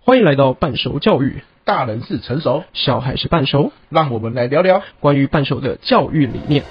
欢迎来到半熟教育， 大人是成熟， 小孩是半熟， 让我们来聊聊关于半熟的教育理念。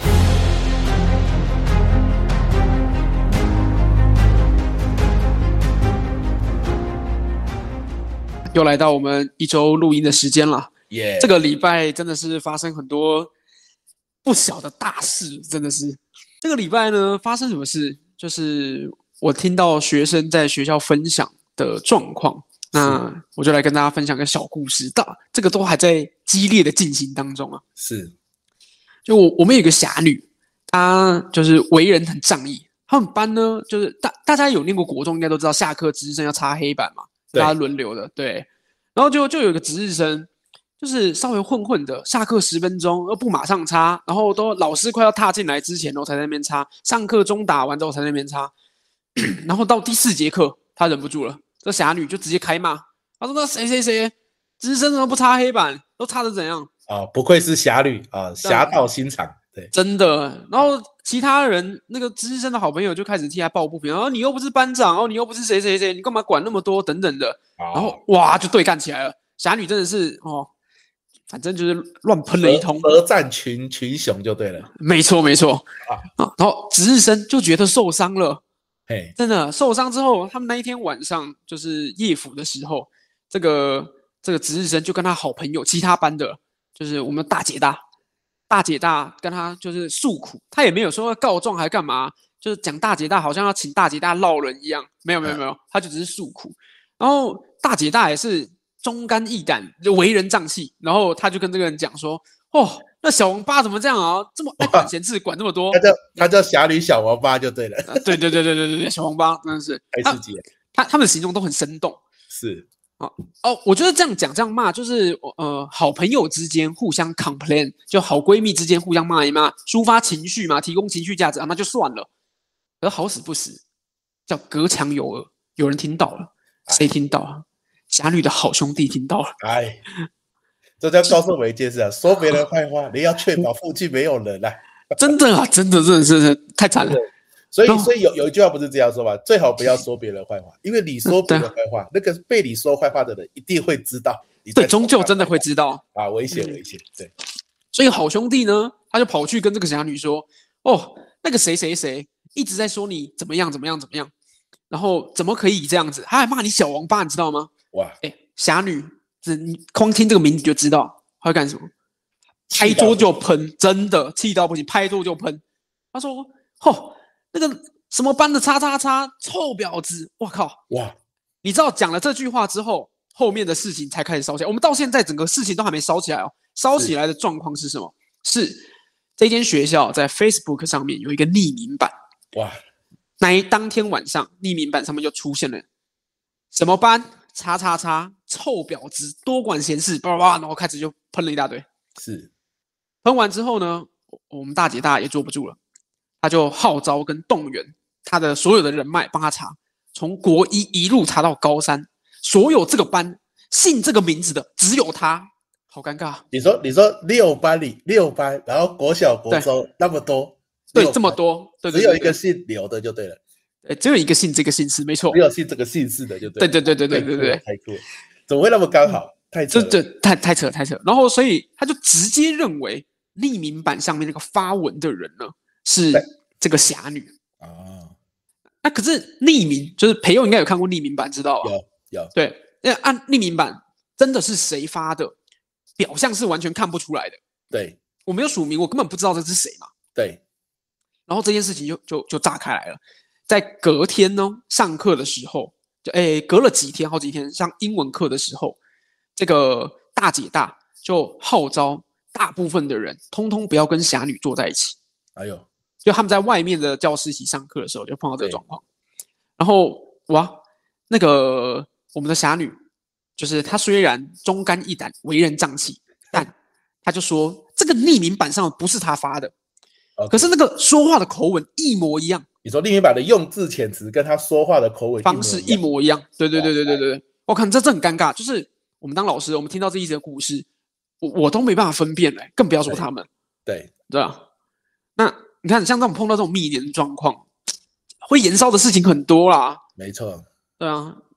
又来到我们一周录音的时间了，这个礼拜真的是发生很多不小的大事，真的是。这个礼拜呢，发生什么事？就是我听到学生在学校分享的状况，那我就来跟大家分享个小故事。这个都还在激烈的进行当中啊。 是， 就我们有个侠女，她就是为人很仗义。他们班呢，就是大家有念过国中，应该都知道下课值日生要擦黑板嘛，大家轮流的，对。然后就有一个值日生，就是稍微混混的，下课10分钟又不马上擦，然后都老师快要踏进来之前，才在那边擦。上课钟打完之后才在那边擦，然后到第4节课，他忍不住了，这侠女就直接开骂，他说：“那谁值日生怎么不擦黑板？都擦得怎样？” 不愧是侠女啊，侠盗心肠，对， 真的。然后其他人那个值日生的好朋友就开始替他抱不平，你又不是班长，你又不是谁，你干嘛管那么多等等的。然后哇，就对干起来了。侠女真的是反正就是乱喷了一通， 舌战群雄就对了。 没错然后值日生就觉得受伤了，真的受伤之后，他们那一天晚上就是夜辅的时候，这个值日生就跟他好朋友其他班的，就是我们大姐大跟他就是诉苦，他也没有说要告状还干嘛，就是讲大姐大好像要请大姐大烙人一样，没有，他就只是诉苦。然后大姐大也是忠肝义胆，就为人仗义，然后他就跟这个人讲说：“那小王八怎么这样啊？这么爱管闲事，管这么多。” 他叫侠女小王八就对了。 对，小王八真的是太刺激了。 他们的形容都很生动。 是我觉得这样讲这样骂，就是好朋友之间互相 complain， 就好闺蜜之间互相骂一骂，抒发情绪嘛，提供情绪价值那就算了。而好死不死，叫隔墙有耳，有人听到了。谁听到啊？侠女的好兄弟听到了。 这就告诉我们一件事啊，说别人坏话，你要确保附近没有人啊。 真的是太惨了。 所以有一句话不是这样说吗？最好不要说别人坏话，因为你说别人坏话，那个被你说坏话的人一定会知道。 对，终究真的会知道啊，危险。对， 所以好兄弟呢，他就跑去跟这个侠女说：“那个谁一直在说你怎么样，然后怎么可以这样子？他还骂你小王八，你知道吗？”哇，侠女，你光听这个名字就知道他会干什么，拍桌就喷，真的气到不行，拍桌就喷。他说：“那个什么班的叉叉叉臭婊子，我靠！”哇，你知道讲了这句话之后，后面的事情才开始烧起来。我们到现在整个事情都还没烧起来烧起来的状况是什么？是这间学校在 Facebook 上面有一个匿名版。哇，当天晚上匿名版上面就出现了什么班叉叉叉臭婊子多管闲事，叭叭叭，然后开始就喷了一大堆。 是喷完之后呢，我们大姐大也坐不住了。他就号召跟动员他的所有的人脉帮他查，从国一一路查到高3，所有这个班姓这个名字的只有他，好尴尬。 你说6班，然后国小国中那么多， 对，这么多，对， 只有一个姓刘的就对了。 只有一个姓这个姓氏，没错， 只有姓这个姓氏的就对了。 对， 太酷了，怎么会那么刚好？太扯了， 太扯。然后所以他就直接认为匿名版上面那个发文的人呢是这个侠女那可是匿名，就是培佑应该有看过匿名版，知道吧？ 有。 对，按匿名版真的是谁发的，表象是完全看不出来的。 对，我没有署名，我根本不知道这是谁嘛。 对。 然后这件事情就炸开来了，在隔天呢上课的时候，隔了好几天上英文课的时候，这个大姐大就号召大部分的人通通不要跟侠女坐在一起。就他们在外面的教室一起上课的时候，就碰到这个状况。然后那个我们的侠女，就是她虽然忠肝义胆、为人仗义，但她就说这个匿名版上不是她发的，可是那个说话的口吻一模一样。 你说匿名版的用字遣词跟她说话的口吻方式一模一样。对，我看这很尴尬。就是我们当老师，我们听到这一则故事，我都没办法分辨了，更不要说他们。对啊，那你看，像这种碰到这种密联状况，会延烧的事情很多啦。 没错。 对啊，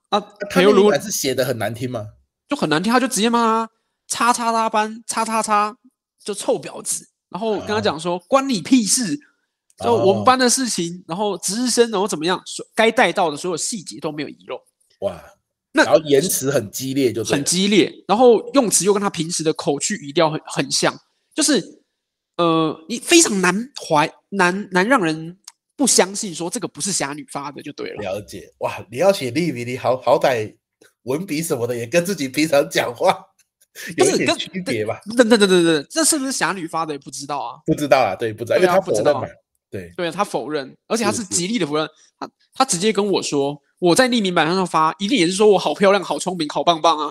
啊， 他那个是写的很难听吗？ 就很难听，他就直接骂他叉叉叉班叉叉叉就臭婊子，然后跟他讲说关你屁事，就我们班的事情，然后值日生然后怎么样，该带到的所有细节都没有遗漏。 哇，然后言辞很激烈，就很激烈，然后用词又跟他平时的口气语调很像，就是你非常难让人不相信说这个不是侠女发的就对了。 了解，哇，你要写匿名，你好歹文笔什么的也跟自己平常讲话有一点区别吧？ 等，这是不是侠女发的也不知道啊？ 不知道啊，对，不知道，因为他否认嘛， 对，他否认，而且他是极力的否认，他直接跟我说，我在匿名版上发，一定也是说我好漂亮、好聪明、好棒棒啊。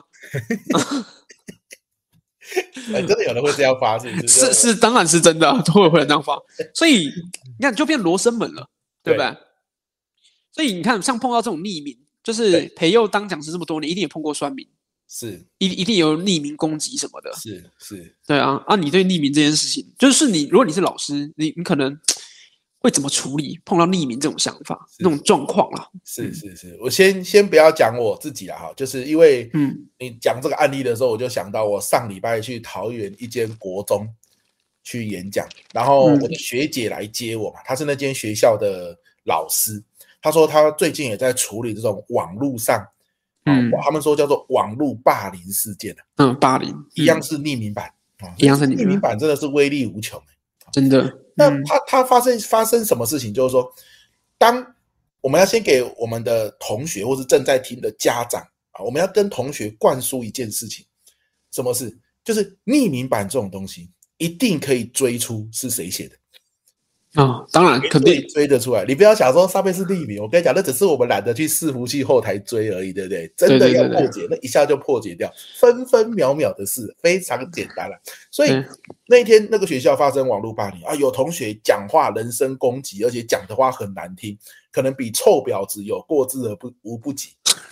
真的有人会这样发，是不是？ 是，当然是真的，都会有人这样发。所以你看，就变罗生门了，对不对？所以你看，像碰到这种匿名，就是培佑当讲师这么多年，一定也碰过酸民， 是一定有匿名攻击什么的， 是， 对啊。你对匿名这件事情，就是如果你是老师，你可能会怎么处理碰到匿名这种想法、那种状况啦？ 是，我先不要讲我自己啦哈，就是因为你讲这个案例的时候，我就想到我上礼拜去桃园一间国中去演讲，然后我的学姐来接我嘛，她是那间学校的老师，她说她最近也在处理这种网络上，他们说叫做网络霸凌事件霸凌一样是匿名版， 一样是匿名版，真的是威力无穷， 真的。 那它发生什么事情？就是说，当我们要先给我们的同学或是正在听的家长我们要跟同学灌输一件事情，什么事？就是匿名版这种东西，一定可以追出是谁写的。 当然肯定追得出来。你不要想说上面是匿名，我跟你讲，那只是我们懒得去伺服器后台追而已，对不对？真的要破解，那一下就破解掉，分分秒秒的事，非常简单了。所以那一天那个学校发生网络霸凌有同学讲话人身攻击，而且讲的话很难听，可能比臭婊子有过之而无不及。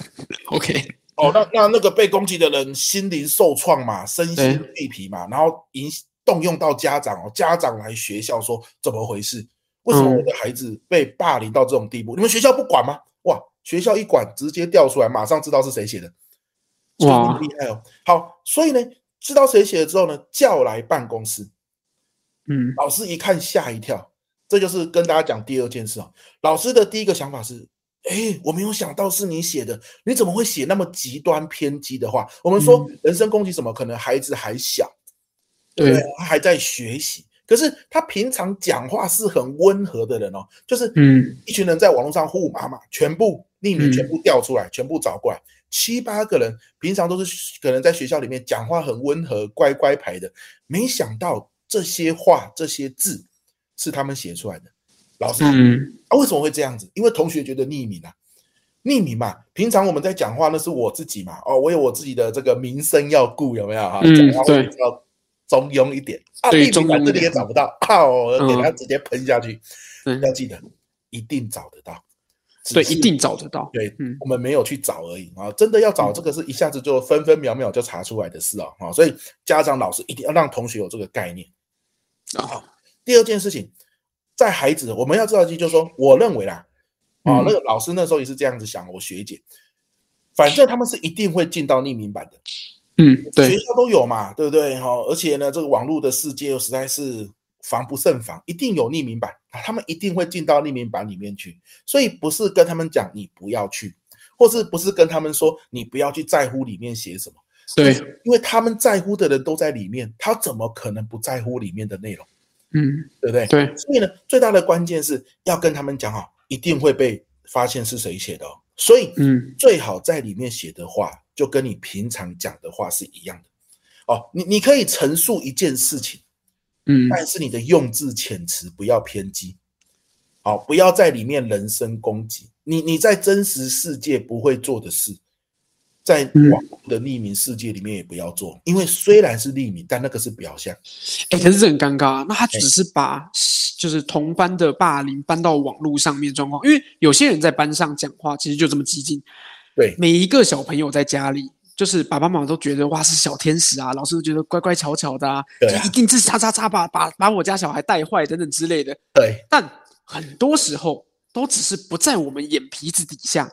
OK， 那个被攻击的人心灵受创嘛，身心俱疲嘛，然后动用到家长家长来学校说怎么回事？为什么我的孩子被霸凌到这种地步？你们学校不管吗？哇，学校一管直接调出来，马上知道是谁写的，哇，厉害哦！好，所以呢，知道谁写的之后呢，叫来办公室，老师一看吓一跳，这就是跟大家讲第二件事老师的第一个想法是，我没有想到是你写的，你怎么会写那么极端偏激的话？我们说人身攻击什么，可能孩子还小。对，他还在学习，可是他平常讲话是很温和的人就是一群人在网络上互骂嘛，全部匿名，全部调出来，全部找过来，7、8个人，平常都是可能在学校里面讲话很温和、乖乖牌的，没想到这些话、这些字是他们写出来的。老师，为什么会这样子？因为同学觉得匿名嘛，平常我们在讲话那是我自己嘛，我有我自己的这个名声要顾，有没有讲话会比较中庸一点对， 匿名版这里也找不到我给他直接喷下去。要记得一定找得到， 对，一定找得到。 对，我们没有去找而已真的要找这个是一下子就分分秒秒就查出来的事所以家长老师一定要让同学有这个概念第二件事情，在孩子我们要知道就是说，我认为啦那个老师那时候也是这样子想，我学姐反正他们是一定会进到匿名版的。 对， 学校都有嘛，对不对？而且呢，这个网络的世界又实在是防不胜防，一定有匿名版他们一定会进到匿名版里面去。所以不是跟他们讲你不要去，或是不是跟他们说你不要去在乎里面写什么？ 对， 因为他们在乎的人都在里面，他怎么可能不在乎里面的内容？对不对？ 对。 所以呢，最大的关键是要跟他们讲一定会被发现是谁写的所以最好在里面写的话就跟你平常讲的话是一样的你可以陈述一件事情但是你的用字遣词不要偏激不要在里面人身攻击你在真实世界不会做的事，在网络的匿名世界里面也不要做，因为虽然是匿名，但那个是表象。 可是这很尴尬那他只是把就是同班的霸凌搬到网络上面状况，因为有些人在班上讲话其实就这么激进。 对， 每一个小朋友在家里，就是爸爸妈妈都觉得哇是小天使老师都觉得乖乖巧巧的就一定是叉叉叉把我家小孩带坏等等之类的。 对， 但很多时候都只是不在我们眼皮子底下，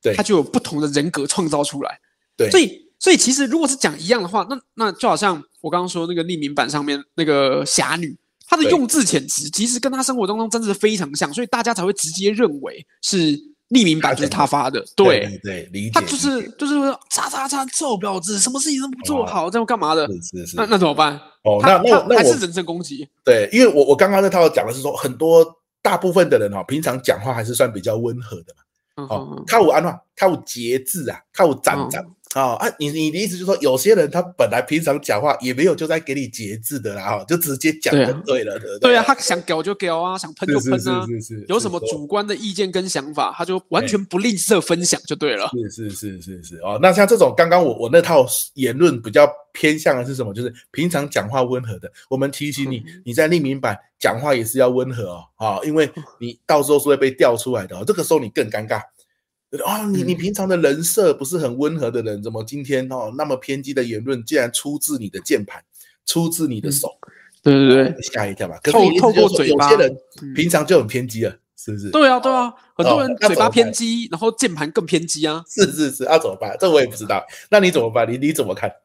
对， 他就有不同的人格创造出来。 对， 所以其实如果是讲一样的话，那就好像我刚刚说那个匿名版上面那个侠女，她的用字遣词其实跟她生活当中真的是非常像，所以大家才会直接认为是匿名版就是她发的。对， 理解。 她就是说叉臭婊子，什么事情都不做好，这样干嘛的？ 是。 那怎么办？ 那还是人身攻击。 对，因为我刚刚那套讲的是说，很多大部分的人平常讲话还是算比较温和的嘛。较有安怎，较有节制啊，较有斩你的意思就是说，有些人他本来平常讲话也没有就在给你节制的啦，就直接讲就对了，对不对？ 对啊，他想屌就屌啊，想喷就喷啊， 是有什么主观的意见跟想法，他就完全不吝啬分享就对了。 是那像这种刚刚我那套言论比较偏向的是什么？就是平常讲话温和的，我们提醒你，你在匿名版讲话也是要温和因为你到时候是会被调出来的这个时候你更尴尬。你平常的人设不是很温和的人，怎么今天那么偏激的言论竟然出自你的键盘，出自你的手？ 对， 吓一跳吧。可是透过嘴巴， 有些人平常就很偏激了，是不是？ 对啊，很多人嘴巴偏激，然后键盘更偏激啊。 是，怎么办？这我也不知道。那你怎么办？你怎么看？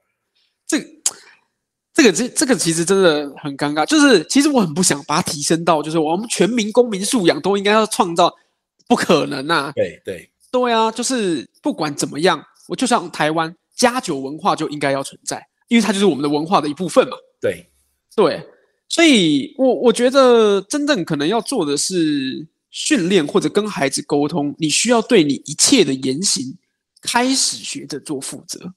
这个其实真的很尴尬，就是其实我很不想把它提升到，就是我们全民公民素养都应该要创造，不可能啊。对啊，就是不管怎么样，我就像台湾家酒文化就应该要存在，因为它就是我们的文化的一部分嘛。对，所以我觉得真正可能要做的是训练或者跟孩子沟通，你需要对你一切的言行开始学着做负责。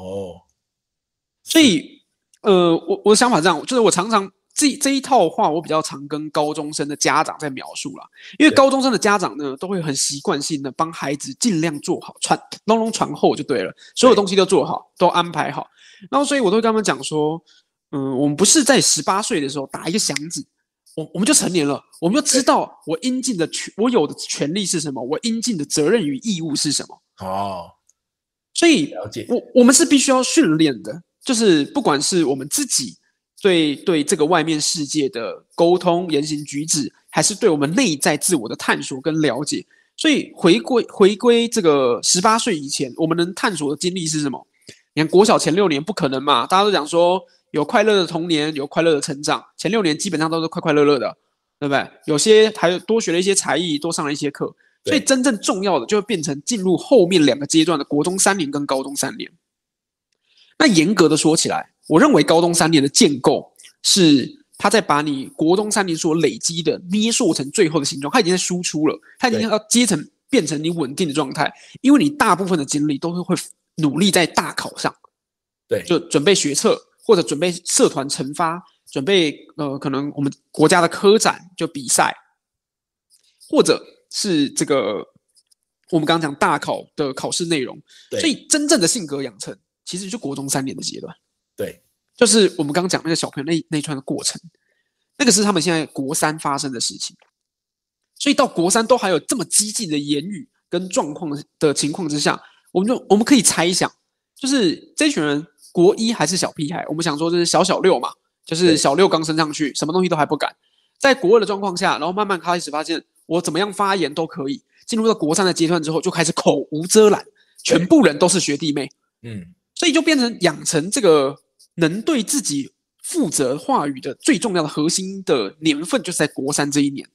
所以我的想法这样，就是我常常这一套话我比较常跟高中生的家长在描述啦，因为高中生的家长呢都会很习惯性的帮孩子尽量做好隆隆传后就对了，所有东西都做好，都安排好，然后所以我都会跟他们讲说，我们不是在18岁的时候打一个响指，我们就成年了，我们就知道我有的权利是什么，我应尽的责任与义务是什么。所以我们是必须要训练的，就是不管是我们自己对这个外面世界的沟通、言行举止，还是对我们内在自我的探索跟了解。所以回归这个18岁以前，我们能探索的经历是什么？你看国小前6年不可能嘛，大家都讲说有快乐的童年，有快乐的成长，前6年基本上都是快快乐乐的，对不对？有些还多学了一些才艺，多上了一些课。所以真正重要的就会变成进入后面2个阶段的国中3年跟高中3年。那严格的说起来，我认为高中3年的建构是他在把你国中3年所累积的捏塑成最后的形状，他已经在输出了，他已经要变成你稳定的状态，因为你大部分的精力都是会努力在大考上，就准备学测或者准备社团成发，准备可能我们国家的科展就比赛，或者是这个我们刚刚讲大考的考试内容，所以真正的性格养成其实就国中3年的阶段。就是我们刚刚讲那个小朋友那一串的过程，那个是他们现在国3发生的事情。所以到国3都还有这么激进的言语跟状况的情况之下，我们可以猜想，就是这群人国1还是小屁孩，我们想说就是小6嘛，就是小6刚升上去，什么东西都还不敢。在国2的状况下，然后慢慢开始发现我怎么样发言都可以，进入到国3的阶段之后，就开始口无遮拦，全部人都是学弟妹。所以就变成养成这个能对自己负责话语的最重要的核心的年份，就是在国3这一年。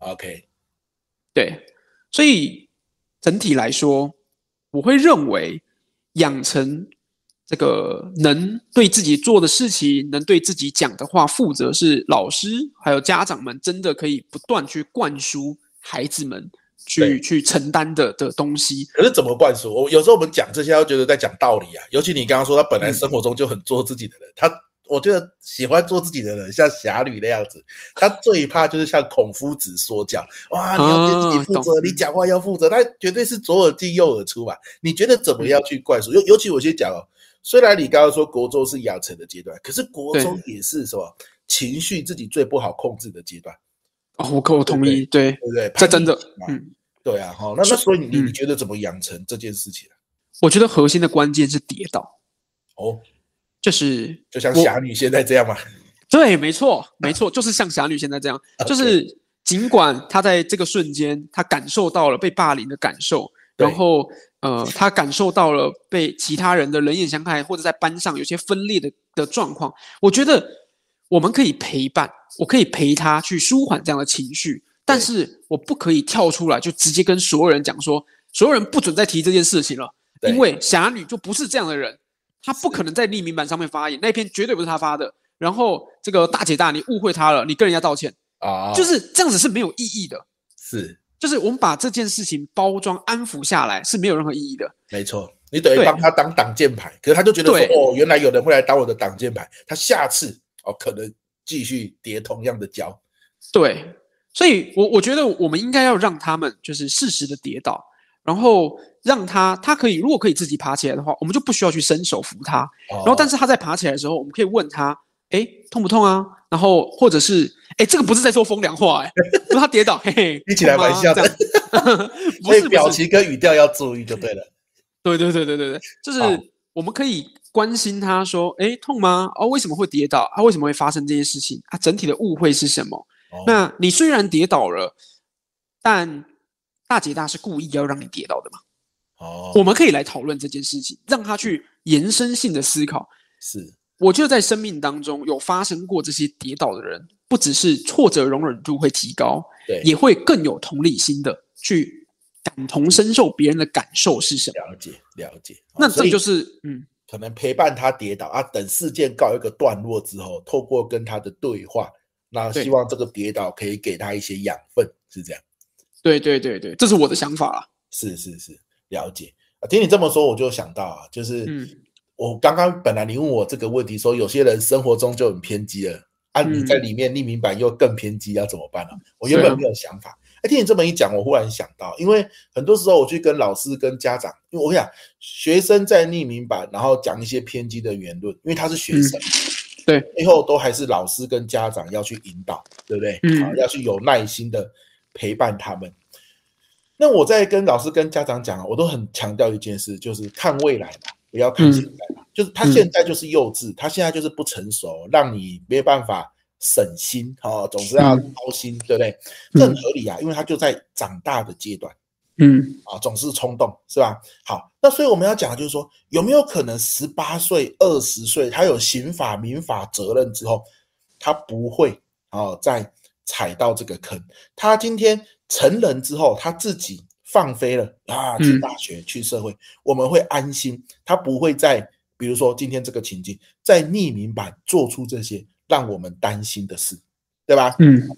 对，所以整体来说，我会认为养成这个能对自己做的事情，能对自己讲的话负责，是老师还有家长们真的可以不断去灌输孩子们去承担的东西。 可是怎么灌输？有时候我们讲这些，要觉得在讲道理啊。尤其你刚刚说他本来生活中就很做自己的人，我觉得喜欢做自己的人，像侠女那样子，他最怕就是像孔夫子说教，哇，你要对自己负责，你讲话要负责，他绝对是左耳进右耳出嘛。你觉得怎么样去灌输？尤其我先讲虽然你刚刚说国中是养成的阶段，可是国中也是什么情绪自己最不好控制的阶段。 我同意，对不对？ 这真的， 对啊，那所以你觉得怎么养成这件事情啊？ 我觉得核心的关键是跌倒。就像侠女现在这样嘛？ 对，没错，就是像侠女现在这样，就是尽管她在这个瞬间，她感受到了被霸凌的感受， 然后他感受到了被其他人的冷眼相看，或者在班上有些分裂的状况，我觉得我们可以陪伴，我可以陪他去舒缓这样的情绪，但是我不可以跳出来就直接跟所有人讲说，所有人不准再提这件事情了，因为侠女就不是这样的人，她不可能在匿名版上面发言，那篇绝对不是她发的。然后这个大姐大，你误会她了，你跟人家道歉啊，就是这样子是没有意义的。 是， 就是我们把这件事情包装安抚下来是没有任何意义的。 没错，你等于帮他当挡箭牌，可是他就觉得说，哦，原来有人会来当我的挡箭牌，他下次可能继续叠同样的跤。 对，所以我觉得我们应该要让他们就是适时的跌倒，然后让他可以，如果可以自己爬起来的话，我们就不需要去伸手扶他。然后，但是他在爬起来的时候，我们可以问他，痛不痛啊？然后或者是，这个不是在说风凉话，不是他跌倒，嘿嘿， 一起来玩笑的，所以表情跟语调要注意就对了。 对，就是我们可以关心他说，痛吗？为什么会跌倒？为什么会发生这件事情？整体的误会是什么？那你虽然跌倒了，但大姐大是故意要让你跌倒的嘛？我们可以来讨论这件事情，让他去延伸性的思考。 是， 我觉得在生命当中有发生过这些跌倒的人，不只是挫折容忍度会提高，也会更有同理心的去感同身受别人的感受是什么。 了解。 那这就是可能陪伴他跌倒等事件告一个段落之后，透过跟他的对话，那希望这个跌倒可以给他一些养分，是这样。 对，这是我的想法啦。 是，了解。听你这么说，我就想到就是我刚刚本来你问我这个问题，说有些人生活中就很偏激了，你在里面匿名版又更偏激，要怎么办呢？我原本没有想法。听你这么一讲，我忽然想到，因为很多时候我去跟老师跟家长，因为我想学生在匿名版，然后讲一些偏激的言论，因为他是学生， 对， 最后都还是老师跟家长要去引导，对不对？要去有耐心的陪伴他们。那我在跟老师跟家长讲，我都很强调一件事，就是看未来嘛，不要看现在嘛。就是他现在就是幼稚，他现在就是不成熟，让你没办法省心，总是要操心，对不对？这很合理啊，因为他就在长大的阶段，总是冲动，是吧？好，那所以我们要讲的就是说，有没有可能18岁、20岁，他有刑法、民法责任之后，他不会再踩到这个坑？他今天成人之后，他自己放飞了去大学、去社会，我们会安心，他不会在比如说今天这个情境，在匿名版做出这些让我们担心的事，对吧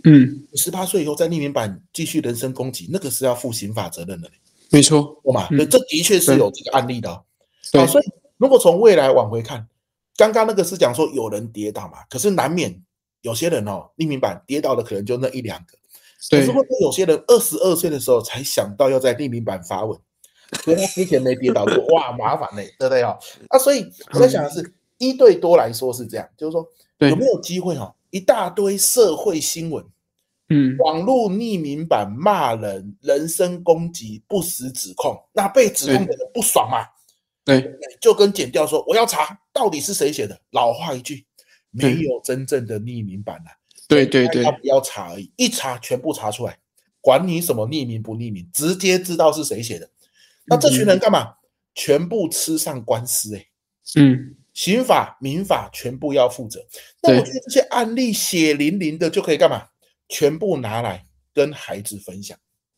？18岁以后在匿名版继续人身攻击，那个是要负刑法责任的， 没错嘛？对，这的确是有这个案例的好，所以如果从未来往回看，刚刚那个是讲说有人跌倒嘛，可是难免有些人匿名版跌倒的可能就那1-2个，可是会不会有些人22岁的时候才想到要在匿名版发文，所以他之前没跌倒过，哇，麻烦嘞，对不对所以我在想的是1对多来说是这样，就是说有没有机会一大堆社会新闻，网络匿名版骂人、人身攻击、不实指控，那被指控的人不爽嘛？对，就跟检调说我要查到底是谁写的。老话一句，没有真正的匿名版对， 他不要查而已，一查全部查出来，管你什么匿名不匿名，直接知道是谁写的。那这群人干嘛？全部吃上官司刑法、民法全部要负责。那我觉得这些案例血淋淋的就可以干嘛？全部拿来跟孩子分享。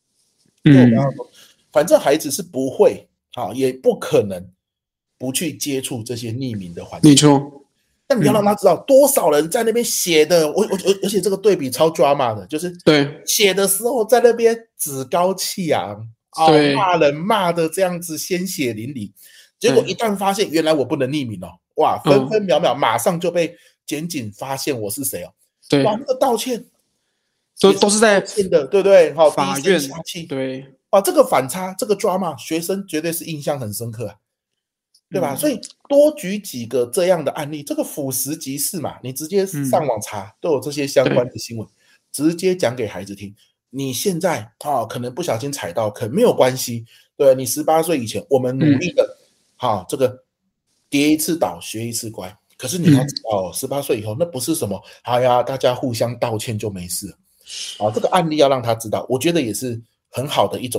反正孩子是不会也不可能不去接触这些匿名的环境。 没错。 但你要让他知道多少人在那边写的，而且这个对比超 drama 的，就是写的时候在那边趾高气扬骂人骂的这样子鲜血淋漓，结果一旦发现原来我不能匿名哇，分分秒秒马上就被检警发现我是谁哇，那个道歉都是在的，对不对？ 法院下气， 对这个反差，这个 drama 学生绝对是印象很深刻对吧？所以多举几个这样的案例，这个俯拾即是嘛，你直接上网查都有这些相关的新闻，直接讲给孩子听。你现在可能不小心踩到坑没有关系，对，你18岁以前我们努力的这个跌一次倒学一次乖。可是你要知道18岁以后那不是什么大家互相道歉就没事了这个案例要让他知道，我觉得也是很好的一种教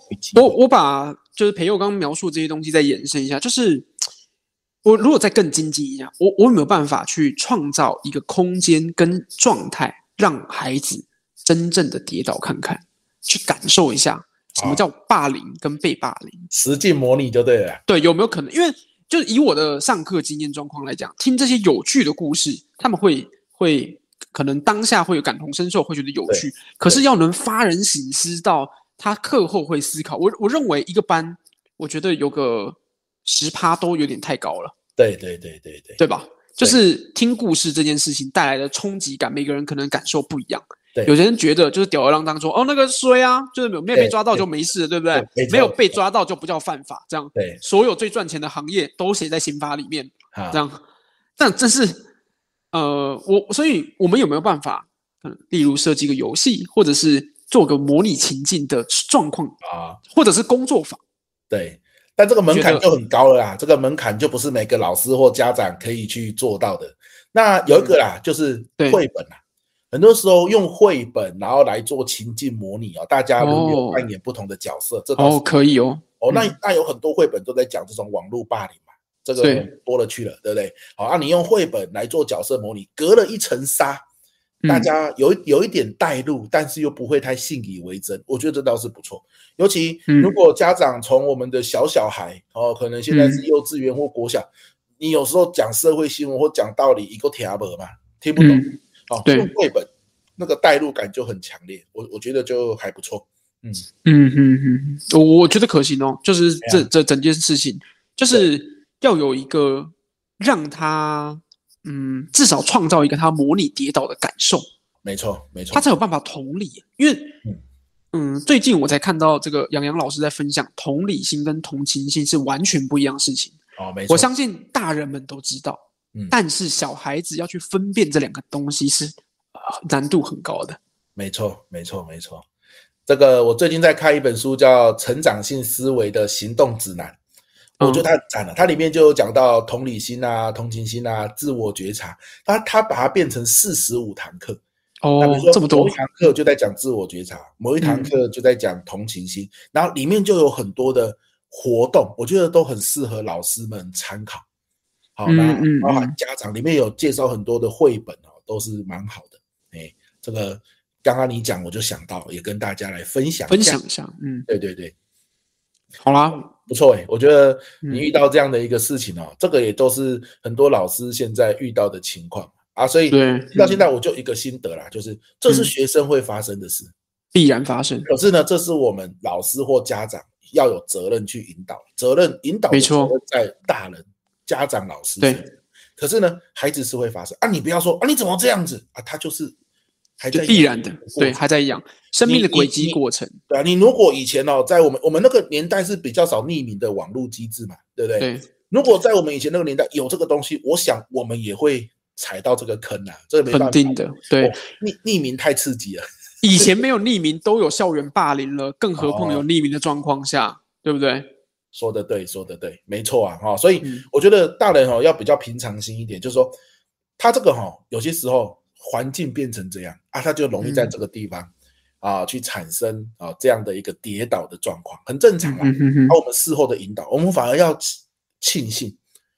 我把就是培佑刚刚描述这些东西再延伸一下，就是我如果再更精进一下，我有没有办法去创造一个空间跟状态，让孩子真正的跌倒看看，去感受一下什么叫霸凌跟被霸凌， 实际模拟就对了。 对，有没有可能？因为就以我的上课经验状况来讲，听这些有趣的故事，他们会可能当下会有感同身受，会觉得有趣，可是要能发人省思到他课后会思考，我认为一个班，我觉得有个10%都有点太高了。 对吧？就是听故事这件事情带来的冲击感，每个人可能感受不一样。有些人觉得就是吊儿郎当说，哦，那个衰啊，就是没有被抓到就没事了，对不对？没有被抓到就不叫犯法，这样。 对， 所有最赚钱的行业都写在刑法里面，这样。但这是所以我们有没有办法，例如设计个游戏，或者是做个模拟情境的状况或者是工作坊？ 对。但这个门槛就很高了啦，这个门槛就不是每个老师或家长可以去做到的。那有一个啦，就是绘本啦，很多时候用绘本然后来做情境模拟大家轮流扮演不同的角色，这倒是可以那有很多绘本都在讲这种网络霸凌嘛，这个多了去了，对不对？你用绘本来做角色模拟，隔了一层纱，大家有一点带入，但是又不会太信以为真，我觉得这倒是不错。尤其如果家长从我们的小孩可能现在是幼稚园或国小，你有时候讲社会新闻或讲道理一个听不懂嘛，听不懂用绘本那个带入感就很强烈，我觉得就还不错。 我觉得可行就是这整件事情就是要有一个让他至少创造一个他模拟跌倒的感受， 没错， 他才有办法同理。因为最近我才看到这个杨老师在分享，同理心跟同情心是完全不一样的事情。 没错， 我相信大人们都知道，但是小孩子要去分辨这两个东西是难度很高的。 没错。这个我最近在看一本书，叫《成长性思维的行动指南》。我觉得它很赞了，它里面就有讲到同理心啊、同情心啊、自我觉察，它把它变成45堂课。那比如说这么多， 某一堂课就在讲自我觉察，某一堂课就在讲同情心，然后里面就有很多的活动，我觉得都很适合老师们参考。那包含家长，里面有介绍很多的绘本都是蛮好的。这个刚刚你讲，我就想到也跟大家来分享一下。对， 好啦，不错我觉得你遇到这样的一个事情这个也都是很多老师现在遇到的情况所以到现在我就一个心得啦，就是这是学生会发生的事， 必然发生。 可是呢，这是我们老师或家长要有责任去引导，引导的责任在大人、家长、老师。 对， 可是呢，孩子是会发生你不要说你怎么这样子他就是还在必然的，对，还在养生命的轨迹过程。 对你如果以前在我们那个年代是比较少匿名的网络机制嘛，对不对？ 对。 如果在我们以前那个年代有这个东西，我想我们也会踩到这个坑这没办法， 肯定的。对， 匿名太刺激了。 以前没有匿名都有校园霸凌了，更何况有匿名的状况下，对不对？ 说得对，没错所以我觉得大人要比较平常心一点，就是说他这个有些时候环境变成这样他就容易在这个地方去产生这样的一个跌倒的状况，很正常我们事后的引导，我们反而要庆幸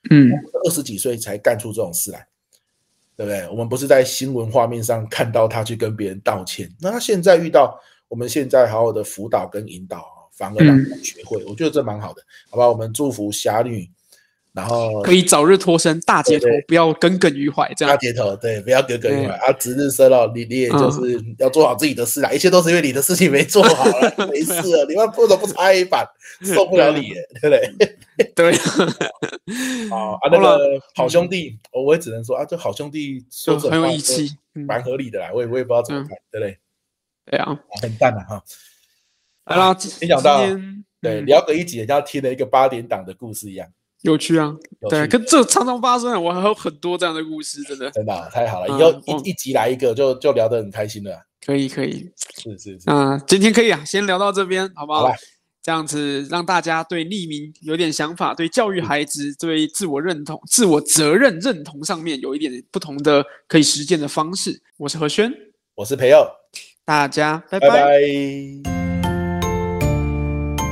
，20几岁才干出这种事来，对不对？我们不是在新闻画面上看到他去跟别人道歉，那他现在遇到我们现在好好的辅导跟引导，反而让他学会，我觉得这蛮好的，好吧？我们祝福侠女，然后可以早日脱身，大结头，不要耿耿于怀，这样。 大结头，对，不要耿耿于怀值日生你也就是要做好自己的事啦，一切都是因为你的事情没做好了，没事了，你们不能不插一板，受不了你，对不对？ 对。 那个好兄弟，我也只能说这好兄弟说很有义气， 蛮合理的啦，我也不知道怎么看，对不对？ 对啊， 很赞来啦， 没想到对聊个一集，像听了一个8点档的故事一样。 有趣啊，对，可这常常发生，我还有很多这样的故事，真的太好了，以后一集来一个就聊得很开心了。 可以， 是今天可以先聊到这边，好不好？这样子让大家对匿名有点想法，对教育孩子，对自我认同、自我责任认同上面有一点不同的可以实践的方式。我是何轩， 我是培佑， 大家拜拜。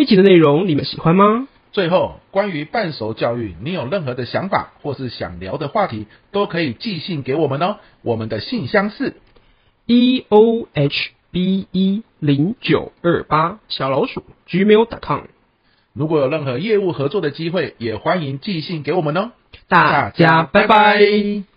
一集的内容你们喜欢吗？ 最后，关于半熟教育，你有任何的想法或是想聊的话题，都可以寄信给我们哦。我们的信箱是 eohbe0928gmail.com。 如果有任何业务合作的机会，也欢迎寄信给我们哦。 大家拜拜。